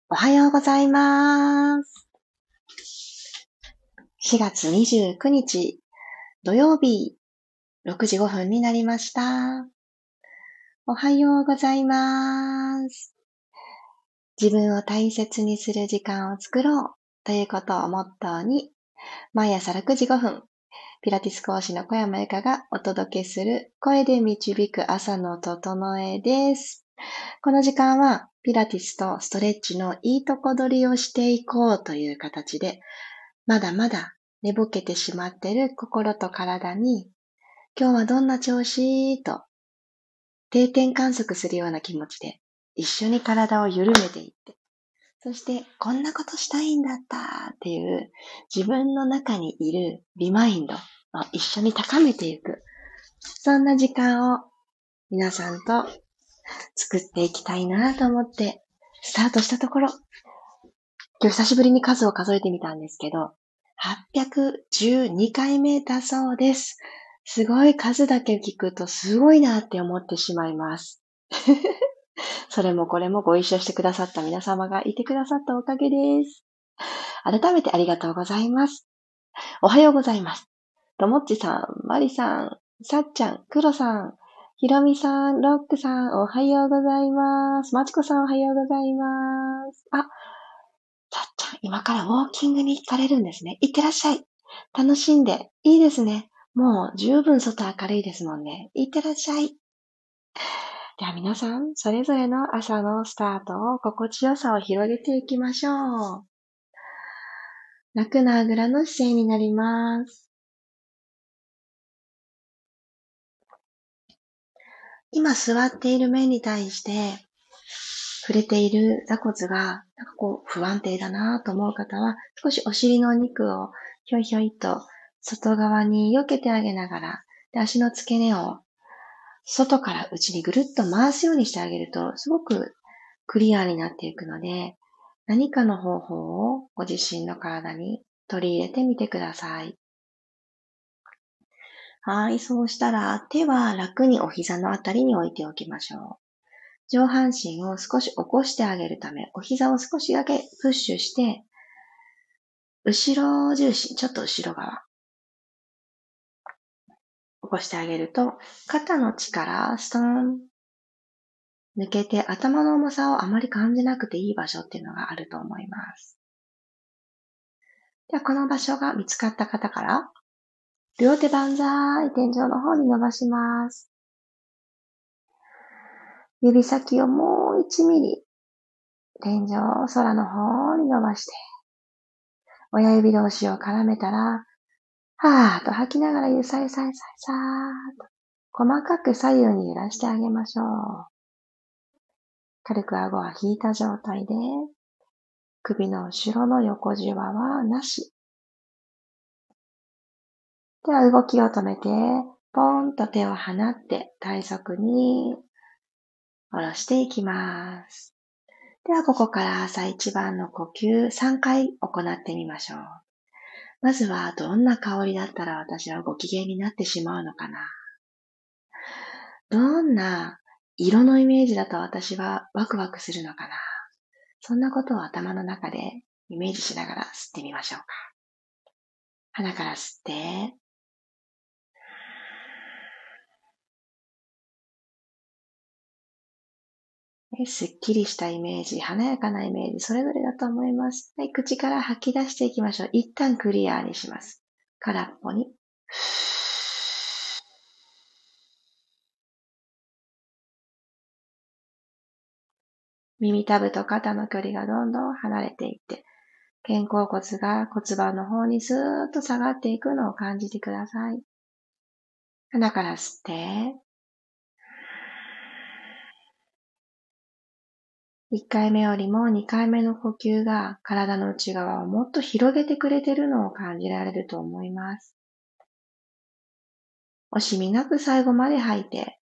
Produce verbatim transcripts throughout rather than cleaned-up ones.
おはようございます。しがつにじゅうくにち土曜日ろくじごふんになりました。おはようございます。自分を大切にする時間を作ろうということをモットーに、毎朝ろくじごふん、ピラティス講師の小山由佳がお届けする声で導く朝の整えです。この時間はピラティスとストレッチのいいとこ取りをしていこうという形で、まだまだ寝ぼけてしまっている心と体に、今日はどんな調子と定点観測するような気持ちで一緒に体を緩めていって、そしてこんなことしたいんだったっていう自分の中にいるリマインドを一緒に高めていく、そんな時間を皆さんと作っていきたいなと思ってスタートしたところ、今日久しぶりに数を数えてみたんですけど、はっぴゃくじゅうにかいめだそうです。すごい数だけ聞くとすごいなって思ってしまいます。それもこれもご一緒してくださった皆様がいてくださったおかげです。改めてありがとうございます。おはようございます。ともっちさん、まりさん、さっちゃん、くろさん、ひろみさん、ロックさん、おはようございます。まちこさん、おはようございます。あ、さっちゃん、今からウォーキングに行かれるんですね。行ってらっしゃい。楽しんで。いいですね。もう十分外明るいですもんね。行ってらっしゃい。では皆さん、それぞれの朝のスタートを心地よさを広げていきましょう。楽なあぐらの姿勢になります。今座っている面に対して触れている座骨がなんかこう不安定だなと思う方は、少しお尻のお肉をひょいひょいと外側に避けてあげながら、で足の付け根を外から内にぐるっと回すようにしてあげると、すごくクリアになっていくので、何かの方法をご自身の体に取り入れてみてください。はい、そうしたら手は楽にお膝のあたりに置いておきましょう。上半身を少し起こしてあげるため、お膝を少しだけプッシュして、後ろ重心、ちょっと後ろ側、起こしてあげると、肩の力、ストーン、抜けて頭の重さをあまり感じなくていい場所っていうのがあると思います。では、この場所が見つかった方から、両手万歳、天井の方に伸ばします。指先をもういちミリ、天井、空の方に伸ばして、親指同士を絡めたら、はーっと吐きながらゆさゆさゆさゆさーっと、細かく左右に揺らしてあげましょう。軽く顎は引いた状態で、首の後ろの横じわはなし。では動きを止めて、ポーンと手を放って体側に下ろしていきます。ではここから朝一番の呼吸さんかい行ってみましょう。まずはどんな香りだったら私はご機嫌になってしまうのかな。どんな色のイメージだと私はワクワクするのかな。そんなことを頭の中でイメージしながら吸ってみましょうか。鼻から吸って、すっきりしたイメージ、華やかなイメージ、それぞれだと思います。はい、口から吐き出していきましょう。一旦クリアにします。空っぽに。耳たぶと肩の距離がどんどん離れていって、肩甲骨が骨盤の方にスーッと下がっていくのを感じてください。鼻から吸って、いっかいめよりもにかいめの呼吸が体の内側をもっと広げてくれてるのを感じられると思います。惜しみなく最後まで吐いて、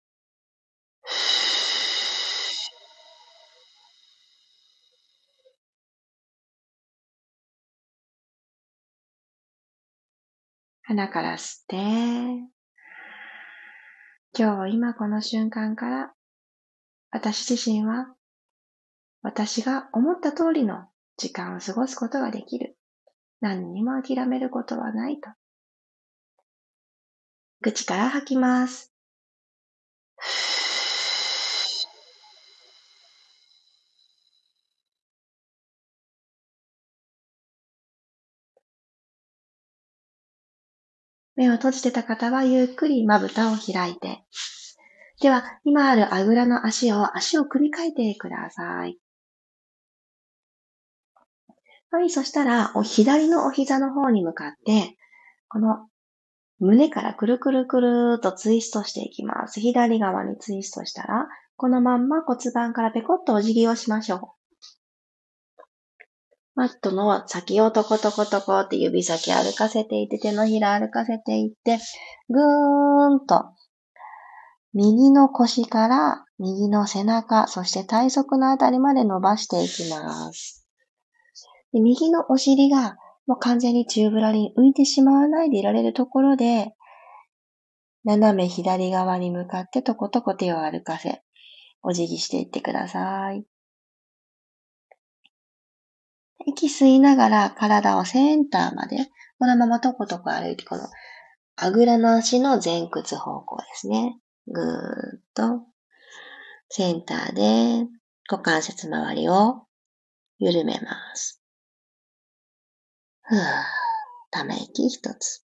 鼻から吸って、今日今この瞬間から私自身は私が思った通りの時間を過ごすことができる。何にも諦めることはないと。口から吐きます。目を閉じてた方はゆっくりまぶたを開いて。では、今あるあぐらの足を、足を組み替えてください。はい、そしたら、左のお膝の方に向かって、この胸からくるくるくるーっとツイストしていきます。左側にツイストしたら、このまんま骨盤からペコッとお辞儀をしましょう。マットの先をトコトコトコって指先歩かせていって、手のひら歩かせていって、ぐーんと、右の腰から右の背中、そして体側のあたりまで伸ばしていきます。で、右のお尻がもう完全に宙ぶらりに浮いてしまわないでいられるところで、斜め左側に向かってトコトコ手を歩かせ、お辞儀していってください。息吸いながら体をセンターまで、このままトコトコ歩いて、このあぐらの足の前屈方向ですね。ぐーっとセンターで股関節周りを緩めます。ふぅ、ため息一つ。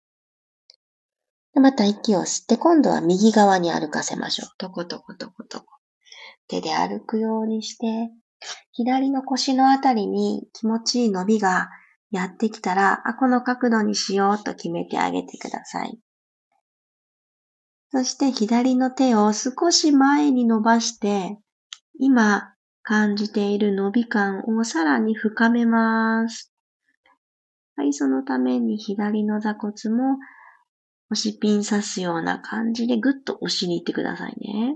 また息を吸って、今度は右側に歩かせましょう。トコトコトコトコ。手で歩くようにして、左の腰のあたりに気持ちいい伸びがやってきたら、あ、この角度にしようと決めてあげてください。そして左の手を少し前に伸ばして、今感じている伸び感をさらに深めます。はい、そのために左の座骨も押しピン刺すような感じでぐっと押しに行ってくださいね。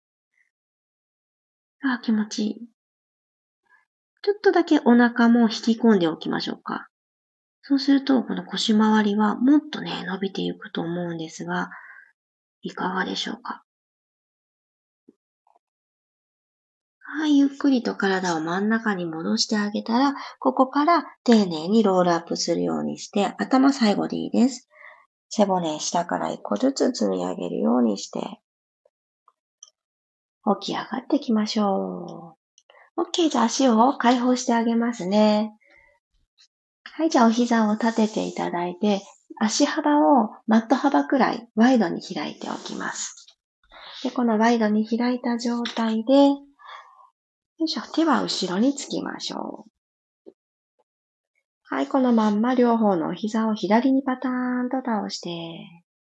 あ、気持ちいい。ちょっとだけお腹も引き込んでおきましょうか。そうすると、この腰回りはもっとね、伸びていくと思うんですが、いかがでしょうか。はい、ゆっくりと体を真ん中に戻してあげたら、ここから丁寧にロールアップするようにして、頭最後でいいです。背骨下から一個ずつ積み上げるようにして、起き上がっていきましょう。OK、じゃあ足を解放してあげますね。はい、じゃあお膝を立てていただいて、足幅をマット幅くらいワイドに開いておきます。で、このワイドに開いた状態で、よいしょ、手は後ろにつきましょう。はい、このまんま両方のお膝を左にパターンと倒して、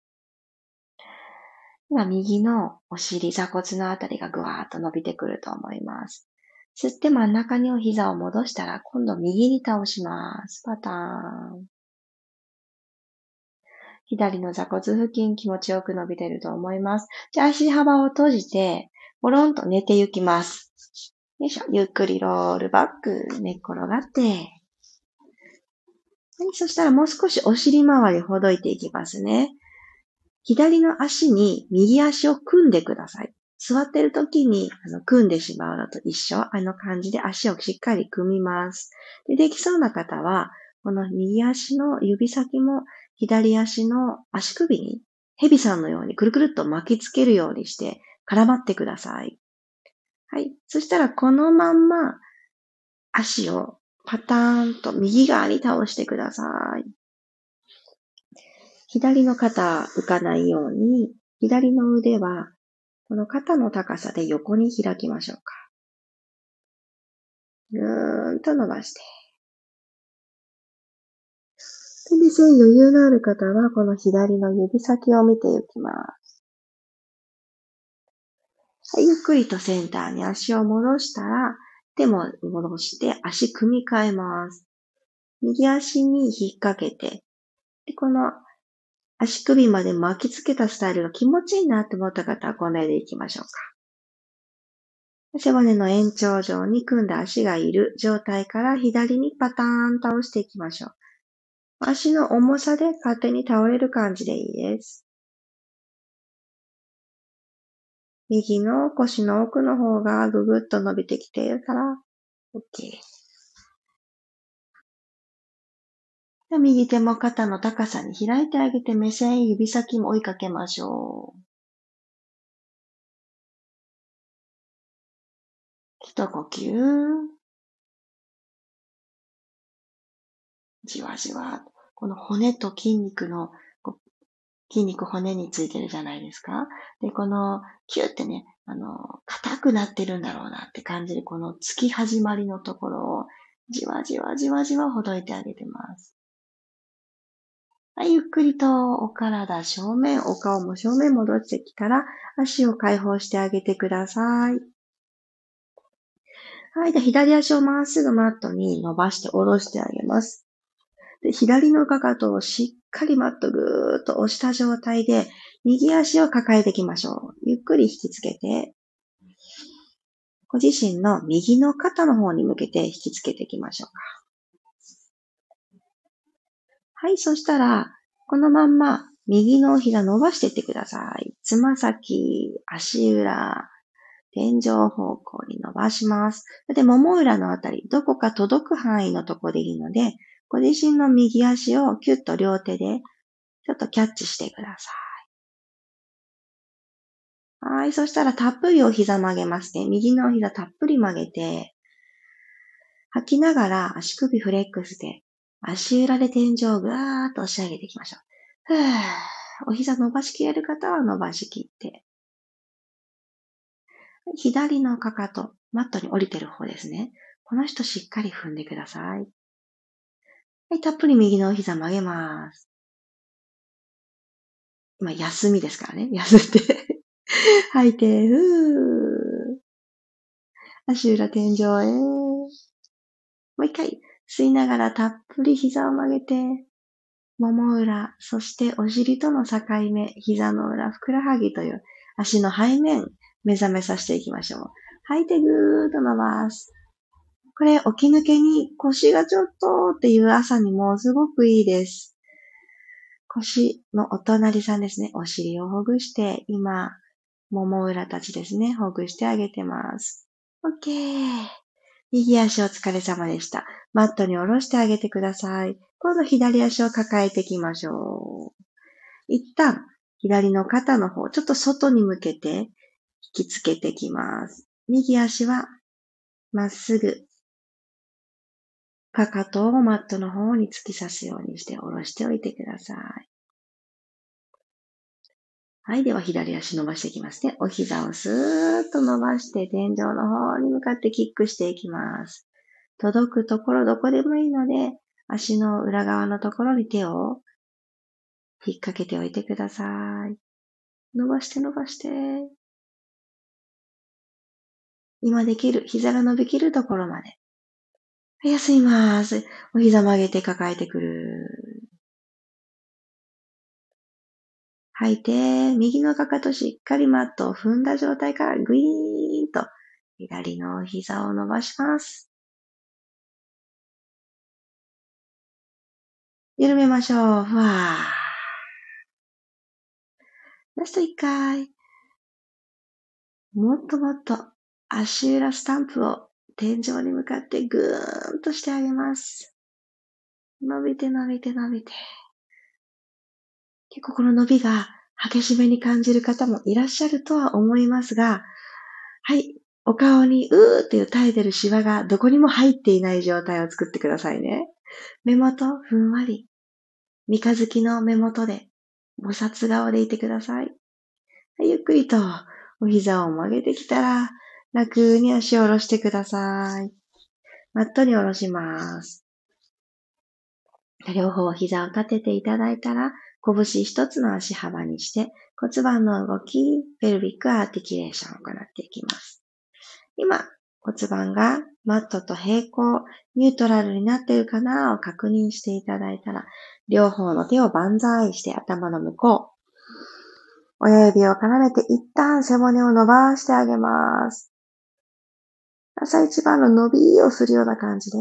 今右のお尻、座骨のあたりがぐわーっと伸びてくると思います。吸って真ん中にお膝を戻したら、今度右に倒します。パターン。左の座骨付近気持ちよく伸びてると思います。じゃあ足幅を閉じて、ポロンと寝て行きます。よいしょ。ゆっくりロールバック、寝っ転がって。はい、そしたらもう少しお尻周りほどいていきますね。左の足に右足を組んでください。座ってる時にあの組んでしまうのと一緒。あの感じで足をしっかり組みます。で、できそうな方は、この右足の指先も左足の足首に蛇さんのようにくるくるっと巻きつけるようにして絡まってください。はい。そしたらこのまんま足をパターンと右側に倒してください。左の肩浮かないように、左の腕はこの肩の高さで横に開きましょうか。ぐーんと伸ばして。で、目線余裕のある方は、この左の指先を見ていきます。はい、ゆっくりとセンターに足を戻したら、手も戻して足組み替えます。右足に引っ掛けて、で、この足首まで巻きつけたスタイルが気持ちいいなって思った方は、この絵でいきましょうか。背骨の延長上に組んだ足がいる状態から左にパターン倒していきましょう。足の重さで勝手に倒れる感じでいいです。 右の腰の奥の方がぐぐっと伸びてきているから、OK。右手も肩の高さに開いてあげて、目線、指先も追いかけましょう。一呼吸。じわじわ。この骨と筋肉の、筋肉骨についてるじゃないですか。で、この、キューってね、あの、硬くなってるんだろうなって感じで、この月始まりのところを、じわじわじわじわほどいてあげてます。はい、ゆっくりとお体正面、お顔も正面戻ってきたら、足を解放してあげてください。はい、で、左足をまっすぐマットに伸ばして下ろしてあげます。で、左のかかとをしっかりマットぐーっと押した状態で、右足を抱えていきましょう。ゆっくり引きつけて、ご自身の右の肩の方に向けて引きつけていきましょうか。はい、そしたら、このまんま右の膝伸ばしていってください。つま先、足裏、天井方向に伸ばします。で、もも裏のあたり、どこか届く範囲のところでいいので、ご自身の右足をキュッと両手でちょっとキャッチしてください。はい。そしたらたっぷりお膝曲げますね。右のお膝たっぷり曲げて、吐きながら足首フレックスで、足裏で天井をぐーっと押し上げていきましょう。ふーお膝伸ばしきれる方は伸ばしきって。左のかかと、マットに降りてる方ですね。この人しっかり踏んでください。はい、たっぷり右のお膝曲げます。今、休みですからね。休んで。吐いて、ふー。足裏天井へ。もう一回、吸いながらたっぷり膝を曲げて、もも裏、そしてお尻との境目、膝の裏、ふくらはぎという足の背面、目覚めさせていきましょう。吐いてぐーっと伸ばす。これ、起き抜けに腰がちょっとっていう朝にもすごくいいです。腰のお隣さんですね。お尻をほぐして、今、もも裏たちですね。ほぐしてあげてます。OK。右足お疲れ様でした。マットに下ろしてあげてください。今度左足を抱えていきましょう。一旦、左の肩の方、ちょっと外に向けて引きつけていきます。右足はまっすぐ、かかとをマットの方に突き刺すようにして下ろしておいてください。はい。では、左足伸ばしていきますね。お膝をスーッと伸ばして、天井の方に向かってキックしていきます。届くところどこでもいいので、足の裏側のところに手を引っ掛けておいてください。伸ばして伸ばして。今できる、膝が伸びきるところまで。休みます。お膝曲げて抱えてくる。吐いて、右のかかとしっかりマットを踏んだ状態からグイーンと左の膝を伸ばします。緩めましょう。ふわー。ラストいっかい。もっともっと足裏スタンプを天井に向かってぐーんとしてあげます。伸びて伸びて伸びて。結構この伸びが激しめに感じる方もいらっしゃるとは思いますが、はい。お顔にうーっていう垂れてるシワがどこにも入っていない状態を作ってくださいね。目元ふんわり。三日月の目元で菩薩顔でいてください。ゆっくりとお膝を曲げてきたら楽に足を下ろしてください。マットに下ろします。両方膝を立てていただいたら拳一つの足幅にして骨盤の動き、ペルビックアーティキュレーションを行っていきます。今、骨盤がマットと平行、ニュートラルになっているかなを確認していただいたら、両方の手を万歳して頭の向こう。親指を絡めて一旦背骨を伸ばしてあげます。朝一番の伸びをするような感じで、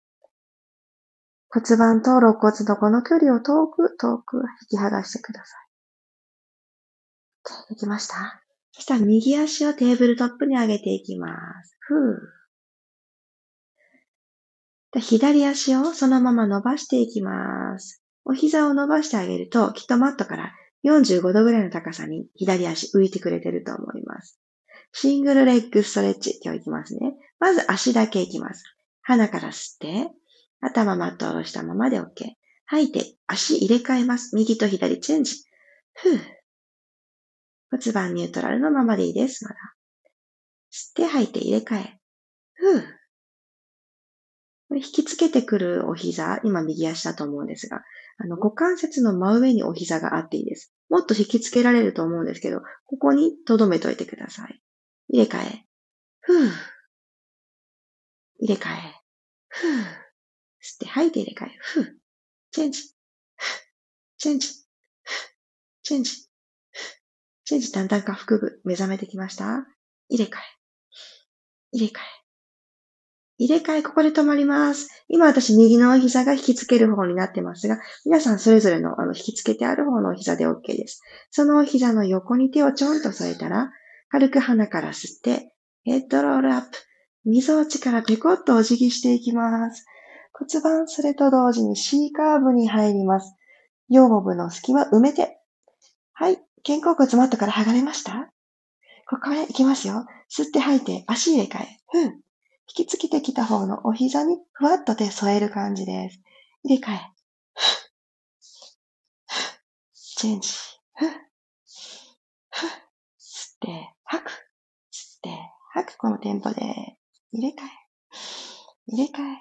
骨盤と肋骨のこの距離を遠く遠く引き剥がしてください。できました？ そしたら右足をテーブルトップに上げていきます。ふう。で左足をそのまま伸ばしていきます。お膝を伸ばしてあげると、きっとマットからよんじゅうごどぐらいの高さに左足浮いてくれてると思います。シングルレッグストレッチ、今日いきますね。まず足だけいきます。鼻から吸って、頭マットを下ろしたままで OK。吐いて、足入れ替えます。右と左チェンジ。ふう。骨盤ニュートラルのままでいいです。まだ。吸って吐いて入れ替え。ふう。これ引きつけてくるお膝、今右足だと思うんですが、あの、股関節の真上にお膝があっていいです。もっと引きつけられると思うんですけど、ここに留めといてください。入れ替え。ふう。入れ替え。ふう。吸って吐いて入れ替え。ふう。チェンジ。チェンジ。チェンジ。チェンジ。だんだん下腹部目覚めてきました。入れ替え。入れ替え。入れ替え、ここで止まります。今私、右のお膝が引きつける方になってますが、皆さんそれぞれのあの引きつけてある方のお膝で OK です。そのお膝の横に手をちょんと添えたら、軽く鼻から吸って、ヘッドロールアップ。溝落ちからペコッとお辞儀していきます。骨盤それと同時に C カーブに入ります。腰部の隙間埋めて。はい。肩甲骨マットから剥がれました？ここへ行きますよ。吸って吐いて足入れ替え。ふん。引きつけてきた方のお膝にふわっと手添える感じです。入れ替え。チェンジ。ふっ。ふっ。吸って、吐く。吸って、吐く。このテンポで。入れ替え。入れ替え。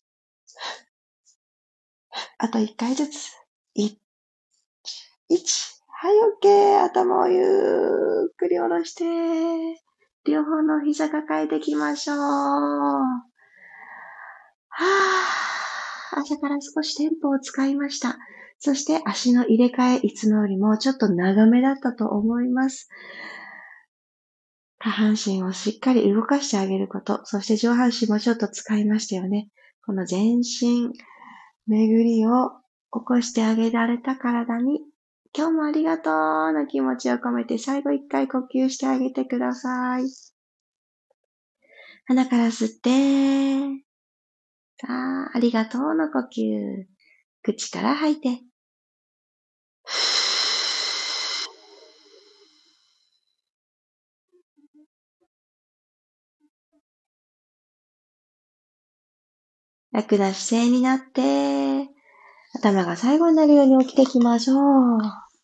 あと一回ずつ。いち。はい、OK。頭をゆっくり下ろして、両方の膝抱えていきましょう。はぁ、朝から少しテンポを使いました。そして足の入れ替え、いつもよりもちょっと長めだったと思います。下半身をしっかり動かしてあげること、そして上半身もちょっと使いましたよね。この全身、巡りを起こしてあげられた体に、今日もありがとうの気持ちを込めて最後一回呼吸してあげてください。鼻から吸って、さあ、ありがとうの呼吸。口から吐いて。楽な姿勢になって、頭が最後になるように起きていきましょう。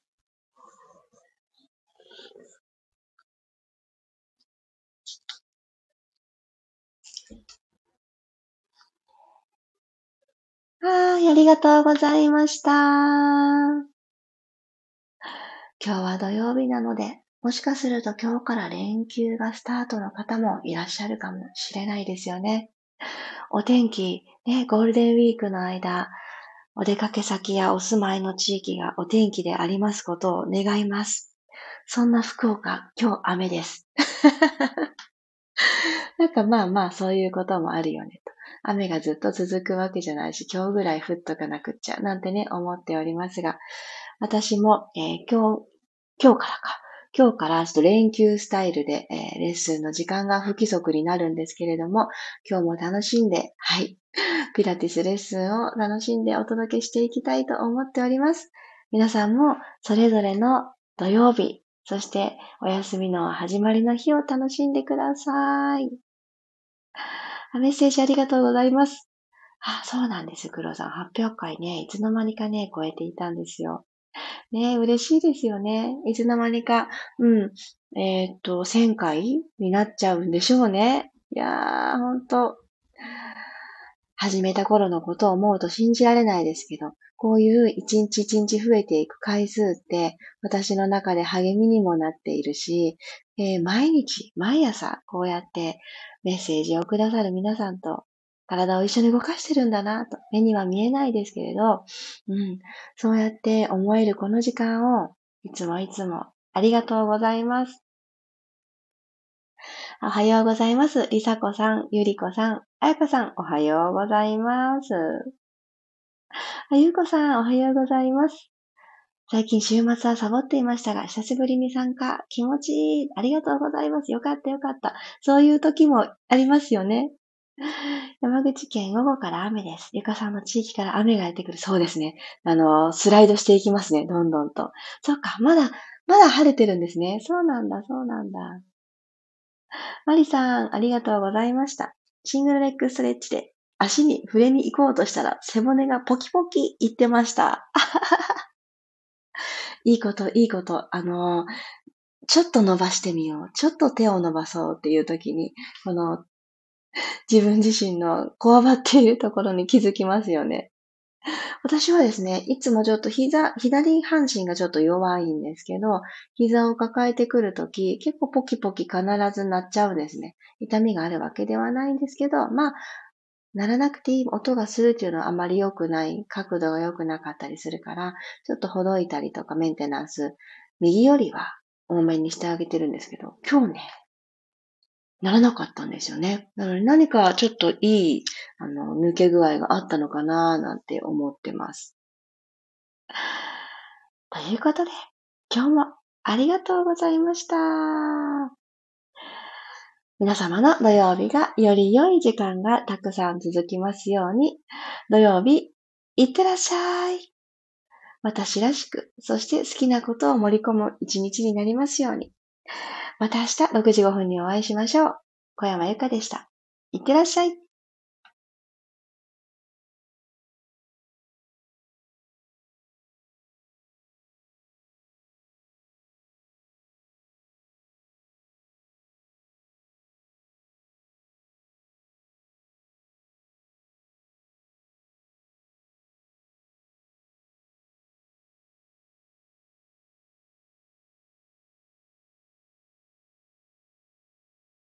はい、ありがとうございました。今日は土曜日なので、もしかすると今日から連休がスタートの方もいらっしゃるかもしれないですよね。お天気、ね、ゴールデンウィークの間、お出かけ先やお住まいの地域がお天気でありますことを願います。そんな福岡、今日雨です。なんかまあまあそういうこともあるよねと。雨がずっと続くわけじゃないし、今日ぐらい降っとかなくっちゃ、なんてね、思っておりますが、私も、えー今日、今日からか。今日からちょっと連休スタイルで、えーレッスンの時間が不規則になるんですけれども、今日も楽しんで、はい、ピラティスレッスンを楽しんでお届けしていきたいと思っております。皆さんもそれぞれの土曜日、そしてお休みの始まりの日を楽しんでください。メッセージありがとうございます。あ、そうなんです、黒さん。発表会ね、いつの間にかね、超えていたんですよ。ね、嬉しいですよね。いつの間にか、うん、えーっと、せんかいになっちゃうんでしょうね。いやー、ほんと、始めた頃のことを思うと信じられないですけど、こういう一日一日増えていく回数って、私の中で励みにもなっているし、えー毎日、毎朝、こうやってメッセージをくださる皆さんと体を一緒に動かしてるんだなと、目には見えないですけれど、うん、そうやって思えるこの時間を、いつもいつもありがとうございます。おはようございます。りさこさん、ゆりこさん、あやかさん、おはようございます。あゆうこさん、おはようございます。 最近週末はサボっていましたが、久しぶりに参加。気持ちいい。ありがとうございます。よかったよかった。そういう時もありますよね。山口県午後から雨です。ゆかさんの地域から雨がやってくる。そうですね。あの、スライドしていきますね。どんどんと。そっか、まだ、まだ晴れてるんですね。そうなんだ、そうなんだ。マリさん、ありがとうございました。シングルレッグストレッチで足に触れに行こうとしたら背骨がポキポキ言ってました。いいこと、いいこと。あの、ちょっと伸ばしてみよう。ちょっと手を伸ばそうっていう時に、この自分自身のこわばっているところに気づきますよね。私はですね、いつもちょっと膝、左半身がちょっと弱いんですけど、膝を抱えてくるとき、結構ポキポキ必ずなっちゃうんですね。痛みがあるわけではないんですけど、まあ、ならなくていい音がするっていうのはあまり良くない、角度が良くなかったりするから、ちょっとほどいたりとかメンテナンス、右よりは多めにしてあげてるんですけど、今日ね、ならなかったんですよね。なので何かちょっといい、あの、抜け具合があったのかななんて思ってます。ということで、今日もありがとうございました。皆様の土曜日がより良い時間がたくさん続きますように、土曜日、いってらっしゃい。私らしく、そして好きなことを盛り込む一日になりますように。また明日ろくじごふんにお会いしましょう。小山由かでした。いってらっしゃい。